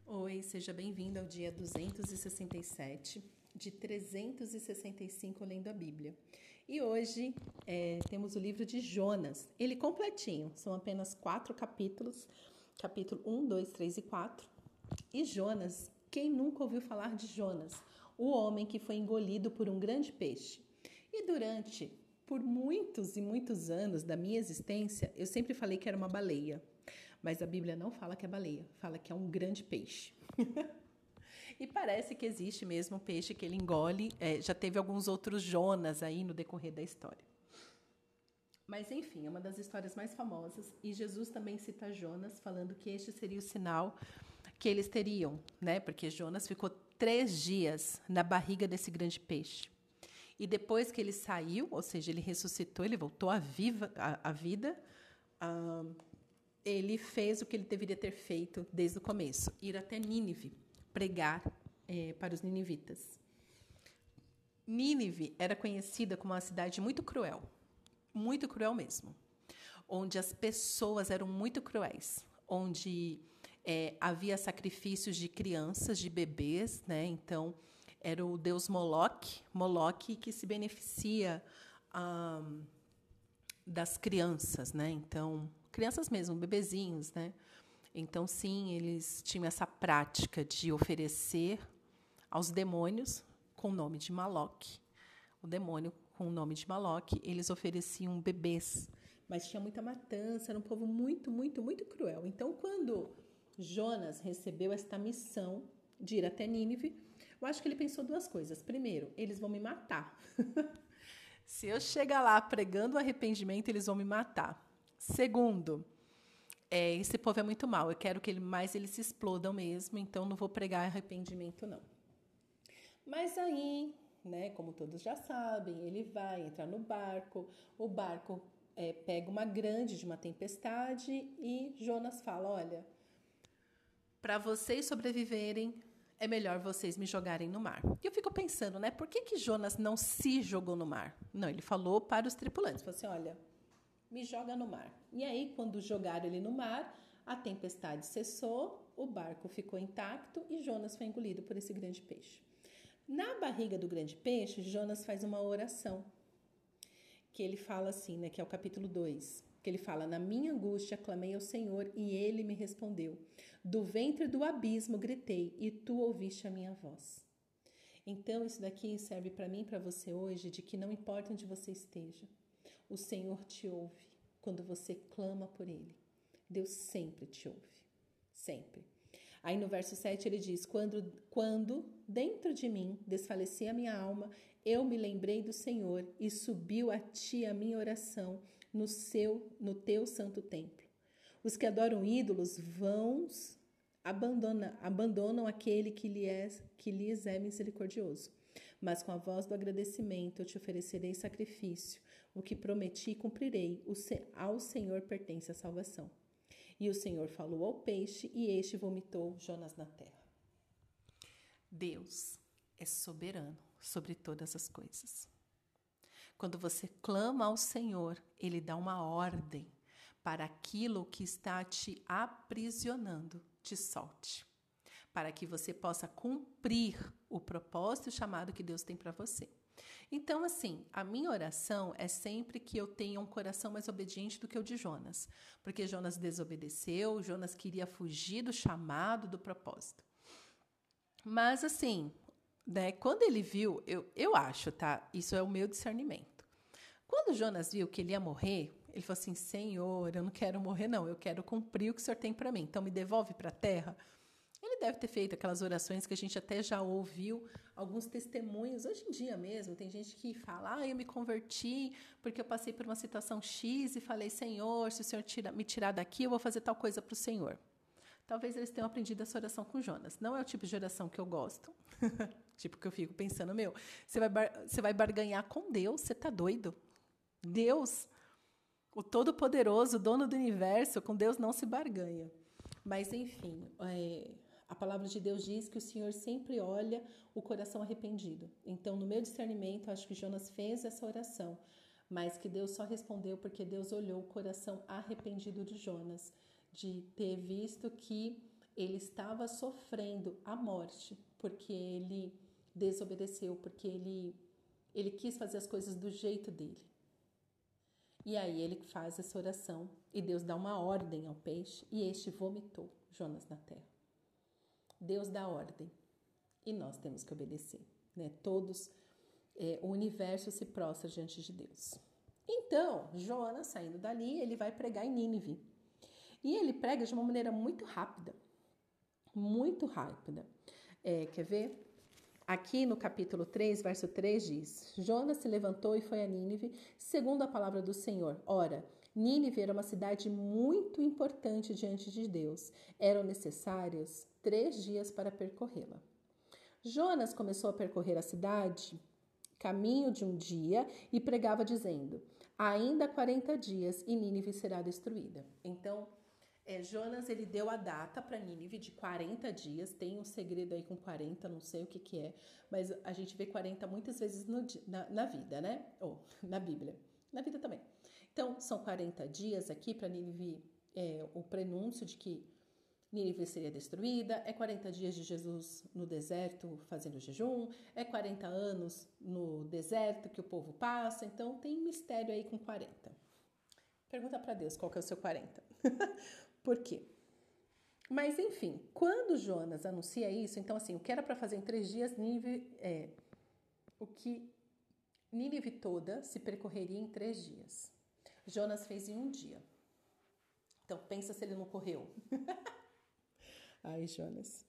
Oi, seja bem-vindo ao dia 267 de 365 lendo a Bíblia. E hoje temos o livro de Jonas, ele completinho, são apenas 4 capítulos, capítulo 1, 2, 3 e 4. E Jonas, quem nunca ouviu falar de Jonas? O homem que foi engolido por um grande peixe. E por muitos e muitos anos da minha existência, eu sempre falei que era uma baleia. Mas a Bíblia não fala que é baleia, fala que é um grande peixe. E parece que existe mesmo um peixe que ele engole. Já teve alguns outros Jonas aí no decorrer da história. Mas enfim, é uma das histórias mais famosas. E Jesus também cita Jonas, falando que este seria o sinal que eles teriam, né? Porque Jonas ficou 3 dias na barriga desse grande peixe. E depois que ele saiu, ou seja, ele ressuscitou, ele voltou à vida, ele fez o que ele deveria ter feito desde o começo, ir até Nínive, pregar para os ninivitas. Nínive era conhecida como uma cidade muito cruel mesmo, onde as pessoas eram muito cruéis, onde havia sacrifícios de crianças, de bebês, né? Então, era o deus Moloque que se beneficia das crianças, né? Então, crianças mesmo, bebezinhos, né? Então, sim, eles tinham essa prática de oferecer aos demônios com o nome de Moloque. O demônio com o nome de Moloque, eles ofereciam bebês, mas tinha muita matança, era um povo muito, muito, muito cruel. Então, quando Jonas recebeu esta missão de ir até Nínive, eu acho que ele pensou 2 coisas. Primeiro, eles vão me matar. Se eu chegar lá pregando arrependimento, eles vão me matar. Segundo, esse povo é muito mau. Eu quero que eles se explodam mesmo, então não vou pregar arrependimento, não. Mas aí, né, como todos já sabem, ele vai entrar no barco, o barco pega uma grande de uma tempestade e Jonas fala, olha, para vocês sobreviverem, é melhor vocês me jogarem no mar. E eu fico pensando, né, por que Jonas não se jogou no mar? Não, ele falou para os tripulantes, falou assim, olha, me joga no mar. E aí, quando jogaram ele no mar, a tempestade cessou, o barco ficou intacto e Jonas foi engolido por esse grande peixe. Na barriga do grande peixe, Jonas faz uma oração, que ele fala assim, né, que é o capítulo 2, que ele fala, na minha angústia clamei ao Senhor e ele me respondeu. Do ventre do abismo gritei e tu ouviste a minha voz. Então, isso daqui serve para mim e para você hoje, de que não importa onde você esteja, o Senhor te ouve quando você clama por Ele. Deus sempre te ouve. Sempre. Aí no verso 7 ele diz, quando dentro de mim desfalecia a minha alma, eu me lembrei do Senhor e subiu a ti a minha oração no teu santo templo. Os que adoram ídolos vãos abandonam aquele que lhes é misericordioso. Mas com a voz do agradecimento eu te oferecerei sacrifício. O que prometi cumprirei. Ao Senhor pertence a salvação. E o Senhor falou ao peixe e este vomitou Jonas na terra. Deus é soberano sobre todas as coisas. Quando você clama ao Senhor, Ele dá uma ordem para aquilo que está te aprisionando, te solte. Para que você possa cumprir o propósito e o chamado que Deus tem para você. Então, assim, a minha oração é sempre que eu tenha um coração mais obediente do que o de Jonas. Porque Jonas desobedeceu, Jonas queria fugir do chamado, do propósito. Mas, assim, né, quando ele viu, eu acho, tá? Isso é o meu discernimento. Quando Jonas viu que ele ia morrer, ele falou assim, Senhor, eu não quero morrer, não. Eu quero cumprir o que o Senhor tem para mim. Então, me devolve para a terra. Ele deve ter feito aquelas orações que a gente até já ouviu, alguns testemunhos, hoje em dia mesmo, tem gente que fala, eu me converti porque eu passei por uma situação X e falei, Senhor, se o Senhor me tirar daqui, eu vou fazer tal coisa para o Senhor. Talvez eles tenham aprendido essa oração com Jonas. Não é o tipo de oração que eu gosto, tipo que eu fico pensando, você vai barganhar com Deus, você tá doido? Deus, o Todo-Poderoso, dono do universo, com Deus não se barganha. Mas, enfim, a palavra de Deus diz que o Senhor sempre olha o coração arrependido. Então, no meu discernimento, acho que Jonas fez essa oração, mas que Deus só respondeu porque Deus olhou o coração arrependido de Jonas, de ter visto que ele estava sofrendo a morte porque ele desobedeceu, porque ele quis fazer as coisas do jeito dele. E aí ele faz essa oração e Deus dá uma ordem ao peixe e este vomitou Jonas na terra. Deus dá ordem e nós temos que obedecer, né? Todos, o universo se prostra diante de Deus. Então, Jonas, saindo dali, ele vai pregar em Nínive. E ele prega de uma maneira muito rápida. Muito rápida. Quer ver? Aqui no capítulo 3, verso 3 diz: Jonas se levantou e foi a Nínive, segundo a palavra do Senhor. Ora, Nínive era uma cidade muito importante diante de Deus. Eram necessários 3 dias para percorrê-la. Jonas começou a percorrer a cidade, caminho de um dia, e pregava dizendo: ainda 40 dias e Nínive será destruída. Então, Jonas, ele deu a data para Nínive de 40 dias. Tem um segredo aí com 40, não sei o que é, mas a gente vê 40 muitas vezes na vida, né? Ou na Bíblia. Na vida também. Então, são 40 dias aqui para Nínive, o prenúncio de que Nínive seria destruída, 40 dias de Jesus no deserto fazendo jejum, 40 anos no deserto que o povo passa, então tem mistério aí com 40. Pergunta para Deus qual que é o seu 40. Por quê? Mas, enfim, quando Jonas anuncia isso, então, assim, o que era para fazer em 3 dias, Nínive toda se percorreria em 3 dias. Jonas fez em 1 dia. Então, pensa se ele não correu. Ai, Jonas.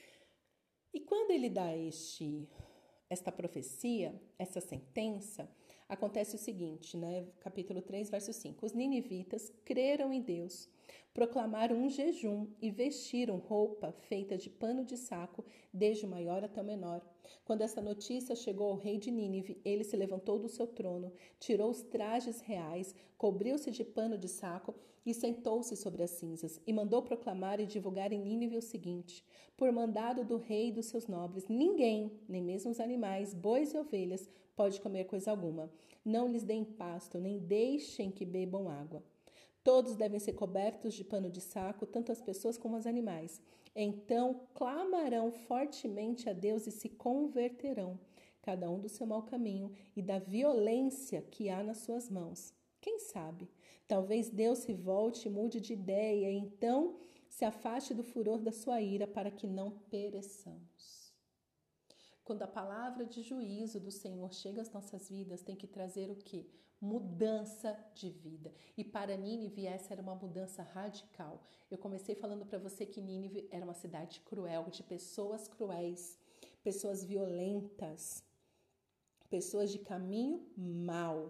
E quando ele dá esta profecia, essa sentença, acontece o seguinte, né? Capítulo 3, verso 5. Os ninivitas creram em Deus, proclamaram um jejum e vestiram roupa feita de pano de saco, desde o maior até o menor. Quando essa notícia chegou ao rei de Nínive, ele se levantou do seu trono, tirou os trajes reais, cobriu-se de pano de saco e sentou-se sobre as cinzas, e mandou proclamar e divulgar em Nínive o seguinte: por mandado do rei e dos seus nobres, ninguém, nem mesmo os animais, bois e ovelhas, pode comer coisa alguma. Não lhes deem pasto, nem deixem que bebam água. Todos devem ser cobertos de pano de saco, tanto as pessoas como os animais. Então clamarão fortemente a Deus e se converterão, cada um do seu mau caminho e da violência que há nas suas mãos. Quem sabe? Talvez Deus se volte e mude de ideia, e então se afaste do furor da sua ira, para que não pereçamos. Quando a palavra de juízo do Senhor chega às nossas vidas, tem que trazer o quê? Mudança de vida. E para Nínive, essa era uma mudança radical. Eu comecei falando para você que Nínive era uma cidade cruel, de pessoas cruéis, pessoas violentas, pessoas de caminho mau.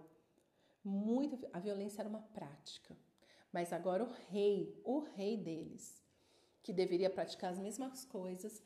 A violência era uma prática. Mas agora o rei deles, que deveria praticar as mesmas coisas,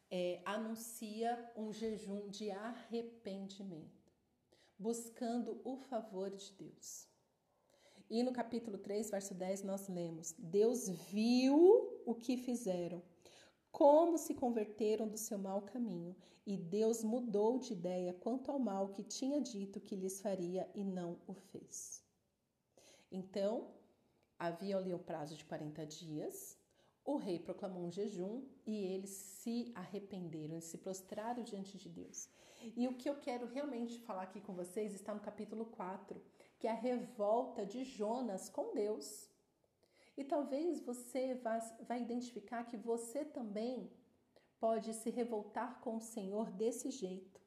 anuncia um jejum de arrependimento, buscando o favor de Deus. E no capítulo 3, verso 10, nós lemos: Deus viu o que fizeram, como se converteram do seu mau caminho, e Deus mudou de ideia quanto ao mal que tinha dito que lhes faria e não o fez. Então, havia ali o prazo de 40 dias, o rei proclamou um jejum e eles se arrependeram, eles se prostraram diante de Deus. E o que eu quero realmente falar aqui com vocês está no capítulo 4, que é a revolta de Jonas com Deus. E talvez você vai identificar que você também pode se revoltar com o Senhor desse jeito.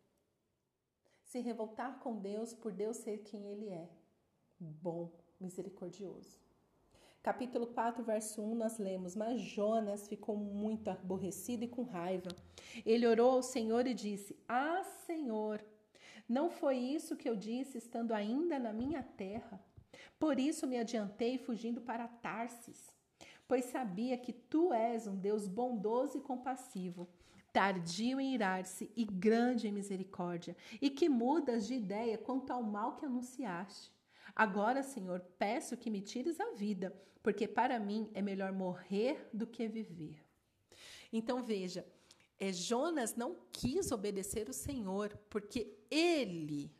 Se revoltar com Deus por Deus ser quem Ele é. Bom, misericordioso. Capítulo 4, verso 1, nós lemos: mas Jonas ficou muito aborrecido e com raiva. Ele orou ao Senhor e disse: ah, Senhor, não foi isso que eu disse estando ainda na minha terra? Por isso me adiantei fugindo para Tarsis, pois sabia que tu és um Deus bondoso e compassivo, tardio em irar-se e grande em misericórdia, e que mudas de ideia quanto ao mal que anunciaste. Agora, Senhor, peço que me tires a vida, porque para mim é melhor morrer do que viver. Então veja, Jonas não quis obedecer o Senhor, porque ele,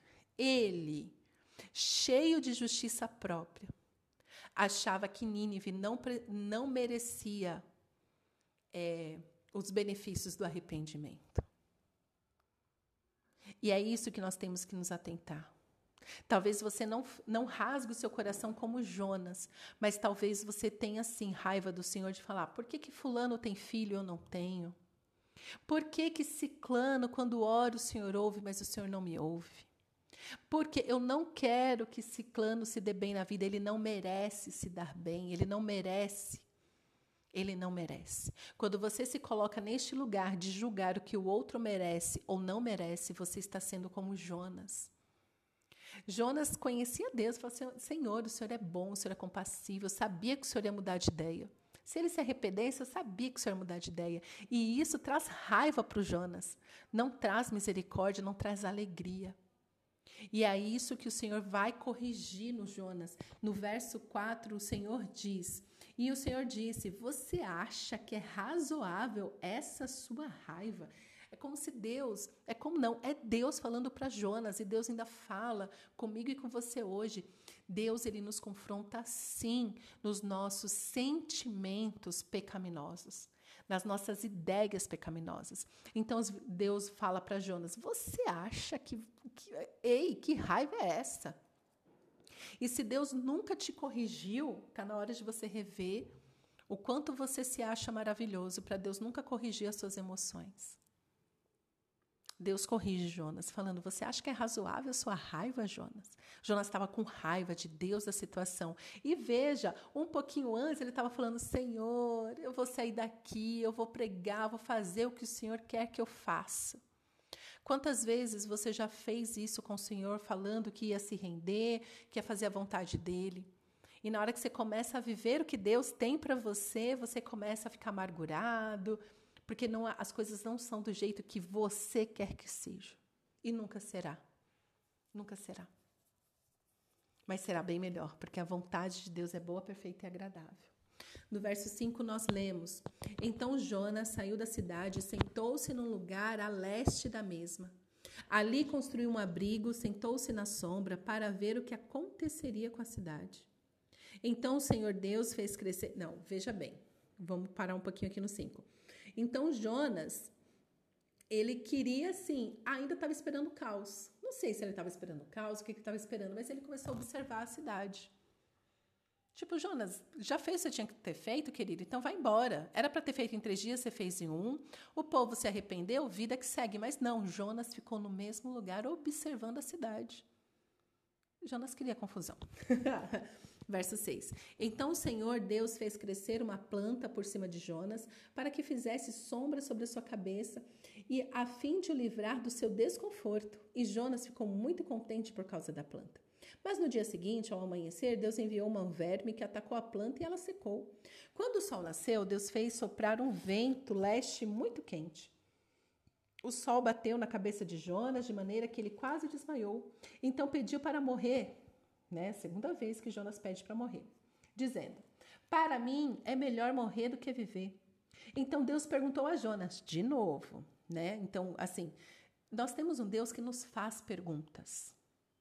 cheio de justiça própria, achava que Nínive não merecia os benefícios do arrependimento. E é isso que nós temos que nos atentar. Talvez você não rasgue o seu coração como Jonas, mas talvez você tenha, sim, raiva do Senhor de falar, por que fulano tem filho e eu não tenho? Por que ciclano, quando oro, o Senhor ouve, mas o Senhor não me ouve? Porque eu não quero que ciclano se dê bem na vida, ele não merece se dar bem, ele não merece. Ele não merece. Quando você se coloca neste lugar de julgar o que o outro merece ou não merece, você está sendo como Jonas. Jonas conhecia Deus e falou assim, Senhor, o Senhor é bom, o Senhor é compassivo, eu sabia que o Senhor ia mudar de ideia. Se ele se arrependesse, eu sabia que o Senhor ia mudar de ideia. E isso traz raiva para o Jonas. Não traz misericórdia, não traz alegria. E é isso que o Senhor vai corrigir no Jonas. No verso 4, o Senhor diz... E o Senhor disse, você acha que é razoável essa sua raiva? É como se Deus, é Deus falando para Jonas, e Deus ainda fala comigo e com você hoje. Deus, ele nos confronta sim nos nossos sentimentos pecaminosos, nas nossas ideias pecaminosas. Então Deus fala para Jonas, você acha que raiva é essa? E se Deus nunca te corrigiu, está na hora de você rever o quanto você se acha maravilhoso para Deus nunca corrigir as suas emoções. Deus corrige Jonas, falando, você acha que é razoável a sua raiva, Jonas? Jonas estava com raiva de Deus da situação. E veja, um pouquinho antes ele estava falando, Senhor, eu vou sair daqui, eu vou pregar, vou fazer o que o Senhor quer que eu faça. Quantas vezes você já fez isso com o Senhor, falando que ia se render, que ia fazer a vontade dEle? E na hora que você começa a viver o que Deus tem para você, você começa a ficar amargurado, porque as coisas não são do jeito que você quer que seja. E nunca será. Nunca será. Mas será bem melhor, porque a vontade de Deus é boa, perfeita e agradável. No verso 5 nós lemos, então Jonas saiu da cidade e sentou-se num lugar a leste da mesma. Ali construiu um abrigo, sentou-se na sombra para ver o que aconteceria com a cidade. Então o Senhor Deus fez crescer... Não, veja bem, vamos parar um pouquinho aqui no 5. Então Jonas, ele queria assim, ainda estava esperando o caos. Não sei se ele estava esperando o caos, o que ele estava esperando, mas ele começou a observar a cidade. Tipo, Jonas, já fez o que você tinha que ter feito, querido? Então vai embora. Era para ter feito em 3 dias, você fez em 1. O povo se arrependeu, vida que segue. Mas não, Jonas ficou no mesmo lugar observando a cidade. Jonas queria confusão. Verso 6. Então o Senhor Deus fez crescer uma planta por cima de Jonas para que fizesse sombra sobre a sua cabeça e a fim de o livrar do seu desconforto. E Jonas ficou muito contente por causa da planta. Mas no dia seguinte, ao amanhecer, Deus enviou uma verme que atacou a planta e ela secou. Quando o sol nasceu, Deus fez soprar um vento leste muito quente. O sol bateu na cabeça de Jonas de maneira que ele quase desmaiou. Então pediu para morrer, né? Segunda vez que Jonas pede para morrer, dizendo, para mim é melhor morrer do que viver. Então Deus perguntou a Jonas de novo, né? Então, assim, nós temos um Deus que nos faz perguntas.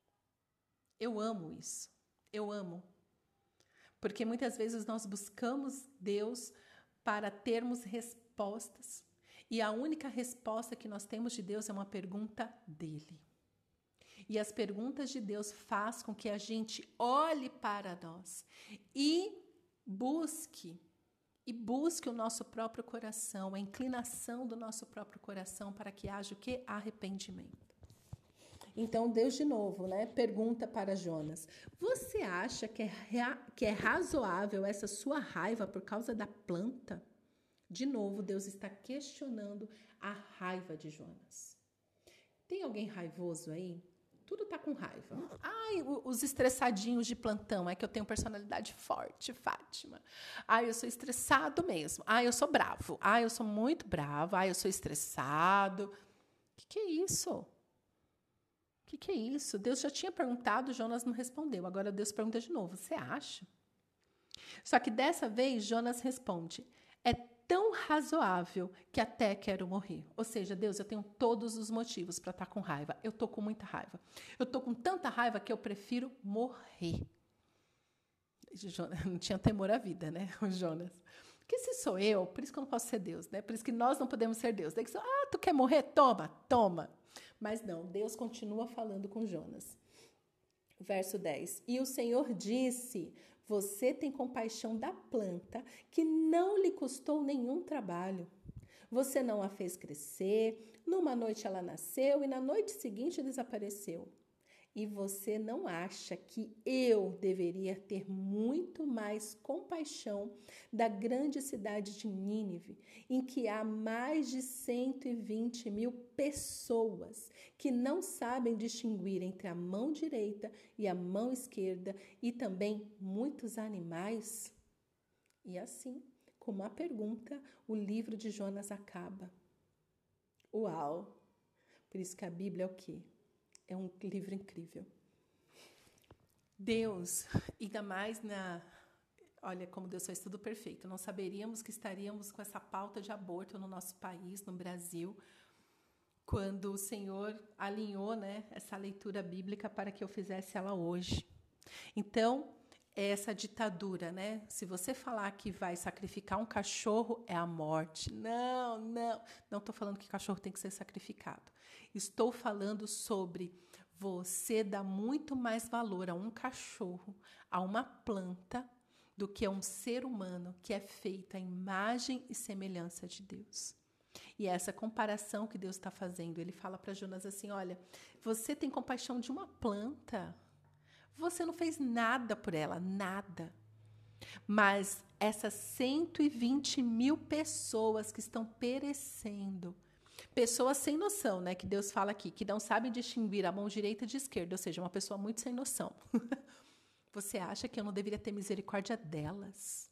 Eu amo isso. Eu amo. Porque muitas vezes nós buscamos Deus para termos respostas. E a única resposta que nós temos de Deus é uma pergunta dele. E as perguntas de Deus faz com que a gente olhe para nós e busque o nosso próprio coração, a inclinação do nosso próprio coração para que haja o quê? Arrependimento. Então, Deus de novo, né, pergunta para Jonas, você acha que é razoável essa sua raiva por causa da planta? De novo, Deus está questionando a raiva de Jonas. Tem alguém raivoso aí? Tudo tá com raiva. Ai, os estressadinhos de plantão, é que eu tenho personalidade forte, Fátima. Ai, eu sou estressado mesmo. Ai, eu sou bravo. Ai, eu sou muito bravo. Ai, eu sou estressado. O que é isso? O que é isso? Deus já tinha perguntado, Jonas não respondeu. Agora Deus pergunta de novo, você acha? Só que dessa vez Jonas responde, é tão razoável que até quero morrer. Ou seja, Deus, eu tenho todos os motivos para estar com raiva. Eu estou com muita raiva. Eu estou com tanta raiva que eu prefiro morrer. Não tinha temor à vida, né, o Jonas? Porque se sou eu, por isso que eu não posso ser Deus, né? Por isso que nós não podemos ser Deus. Daí que tu quer morrer? Toma, toma. Mas não, Deus continua falando com Jonas. Verso 10. E o Senhor disse: você tem compaixão da planta que não lhe custou nenhum trabalho. Você não a fez crescer, numa noite ela nasceu e na noite seguinte desapareceu. E você não acha que eu deveria ter muito mais compaixão da grande cidade de Nínive, em que há mais de 120.000 pessoas que não sabem distinguir entre a mão direita e a mão esquerda, e também muitos animais? E assim, com uma pergunta, o livro de Jonas acaba. Uau! Por isso que a Bíblia é o quê? É um livro incrível. Deus, ainda mais Olha como Deus faz tudo perfeito. Não saberíamos que estaríamos com essa pauta de aborto no nosso país, no Brasil, quando o Senhor alinhou, né, essa leitura bíblica para que eu fizesse ela hoje. Então, essa ditadura, né? Se você falar que vai sacrificar um cachorro, é a morte. Não, não. Não estou falando que cachorro tem que ser sacrificado. Estou falando sobre você dar muito mais valor a um cachorro, a uma planta, do que a um ser humano que é feito à imagem e semelhança de Deus. E essa comparação que Deus está fazendo, ele fala para Jonas assim, olha, você tem compaixão de uma planta, você não fez nada por ela, nada. Mas essas 120.000 pessoas que estão perecendo, pessoas sem noção, né? Que Deus fala aqui, que não sabem distinguir a mão direita de esquerda, ou seja, uma pessoa muito sem noção. Você acha que eu não deveria ter misericórdia delas?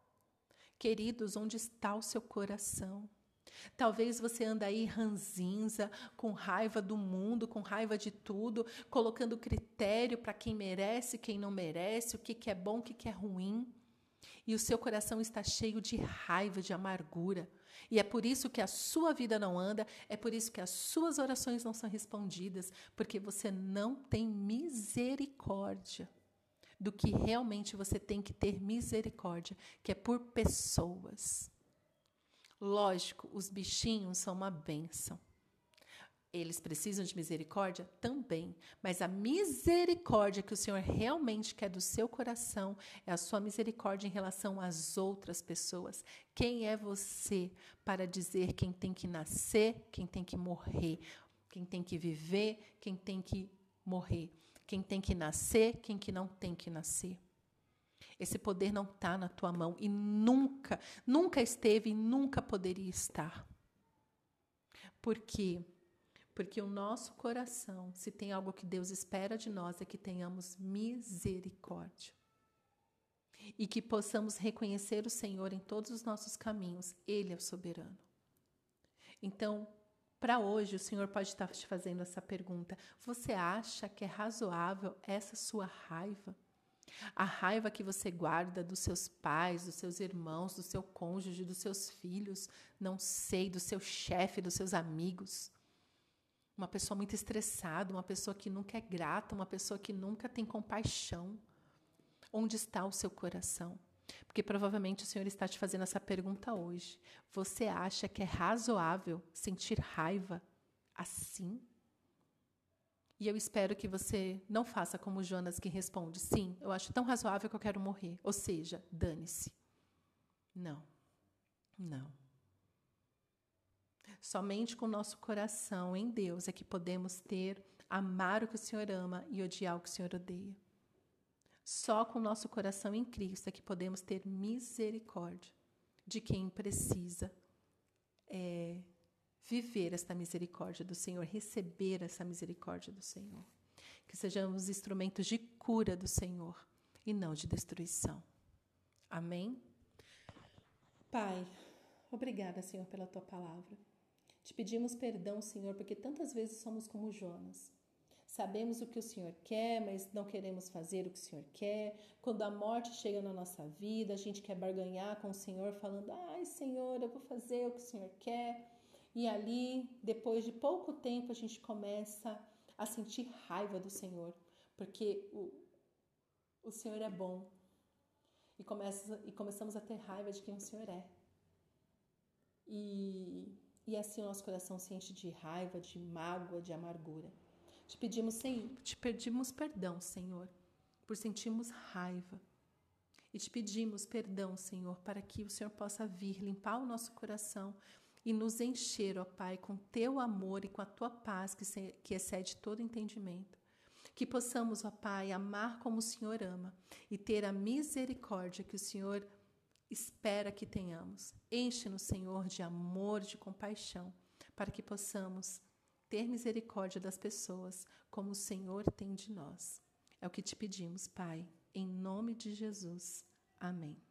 Queridos, onde está o seu coração? Talvez você anda aí ranzinza, com raiva do mundo, com raiva de tudo, colocando critério para quem merece, quem não merece, o que é bom, o que é ruim. E o seu coração está cheio de raiva, de amargura. E é por isso que a sua vida não anda, é por isso que as suas orações não são respondidas, porque você não tem misericórdia do que realmente você tem que ter misericórdia, que é por pessoas. Lógico, os bichinhos são uma bênção. Eles precisam de misericórdia? Também. Mas a misericórdia que o Senhor realmente quer do seu coração é a sua misericórdia em relação às outras pessoas. Quem é você para dizer quem tem que nascer, quem tem que morrer, quem tem que viver, quem tem que morrer, quem tem que nascer, quem que não tem que nascer? Esse poder não está na tua mão e nunca, nunca esteve e nunca poderia estar. Por quê? Porque o nosso coração, se tem algo que Deus espera de nós, é que tenhamos misericórdia. E que possamos reconhecer o Senhor em todos os nossos caminhos. Ele é o soberano. Então, para hoje, o Senhor pode estar te fazendo essa pergunta. Você acha que é razoável essa sua raiva? A raiva que você guarda dos seus pais, dos seus irmãos, do seu cônjuge, dos seus filhos, não sei, do seu chefe, dos seus amigos. Uma pessoa muito estressada, uma pessoa que nunca é grata, uma pessoa que nunca tem compaixão. Onde está o seu coração? Porque provavelmente o Senhor está te fazendo essa pergunta hoje. Você acha que é razoável sentir raiva assim? E eu espero que você não faça como Jonas, que responde, sim, eu acho tão razoável que eu quero morrer. Ou seja, dane-se. Não, não. Somente com o nosso coração em Deus é que podemos amar o que o Senhor ama e odiar o que o Senhor odeia. Só com o nosso coração em Cristo é que podemos ter misericórdia de quem precisa viver esta misericórdia do Senhor, receber essa misericórdia do Senhor. Que sejamos instrumentos de cura do Senhor e não de destruição. Amém? Pai, obrigada, Senhor, pela Tua palavra. Te pedimos perdão, Senhor, porque tantas vezes somos como Jonas. Sabemos o que o Senhor quer, mas não queremos fazer o que o Senhor quer. Quando a morte chega na nossa vida, a gente quer barganhar com o Senhor, falando, ai, Senhor, eu vou fazer o que o Senhor quer. E ali, depois de pouco tempo, a gente começa a sentir raiva do Senhor, porque o Senhor é bom. e começamos a ter raiva de quem o Senhor é. E assim o nosso coração se enche de raiva, de mágoa, de amargura. Te pedimos perdão, Senhor, por sentirmos raiva. E te pedimos perdão, Senhor, para que o Senhor possa vir limpar o nosso coração e nos encher, ó Pai, com teu amor e com a tua paz que excede todo entendimento. Que possamos, ó Pai, amar como o Senhor ama e ter a misericórdia que o Senhor espera que tenhamos. Enche-nos, Senhor, de amor, de compaixão, para que possamos ter misericórdia das pessoas como o Senhor tem de nós. É o que te pedimos, Pai, em nome de Jesus. Amém.